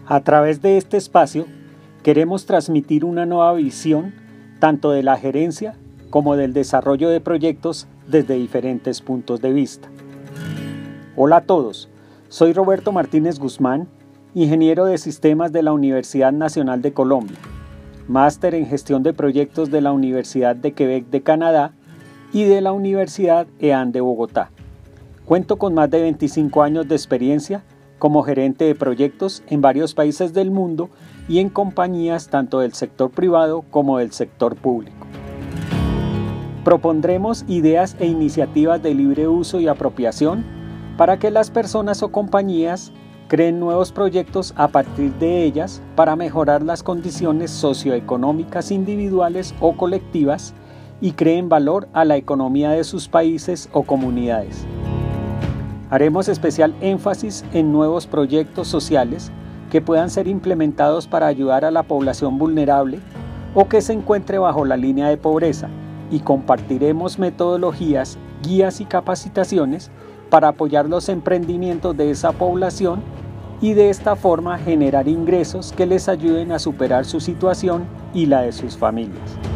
A través de este espacio, queremos transmitir una nueva visión tanto de la gerencia como del desarrollo de proyectos desde diferentes puntos de vista. Hola a todos, soy Roberto Martínez Guzmán, ingeniero de sistemas de la Universidad Nacional de Colombia, máster en gestión de proyectos de la Universidad de Quebec de Canadá y de la Universidad EAN de Bogotá. Cuento con más de 25 años de experiencia como gerente de proyectos en varios países del mundo y en compañías tanto del sector privado como del sector público. Propondremos ideas e iniciativas de libre uso y apropiación para que las personas o compañías creen nuevos proyectos a partir de ellas para mejorar las condiciones socioeconómicas individuales o colectivas y creen valor a la economía de sus países o comunidades. Haremos especial énfasis en nuevos proyectos sociales que puedan ser implementados para ayudar a la población vulnerable o que se encuentre bajo la línea de pobreza y compartiremos metodologías, guías y capacitaciones para apoyar los emprendimientos de esa población y de esta forma generar ingresos que les ayuden a superar su situación y la de sus familias.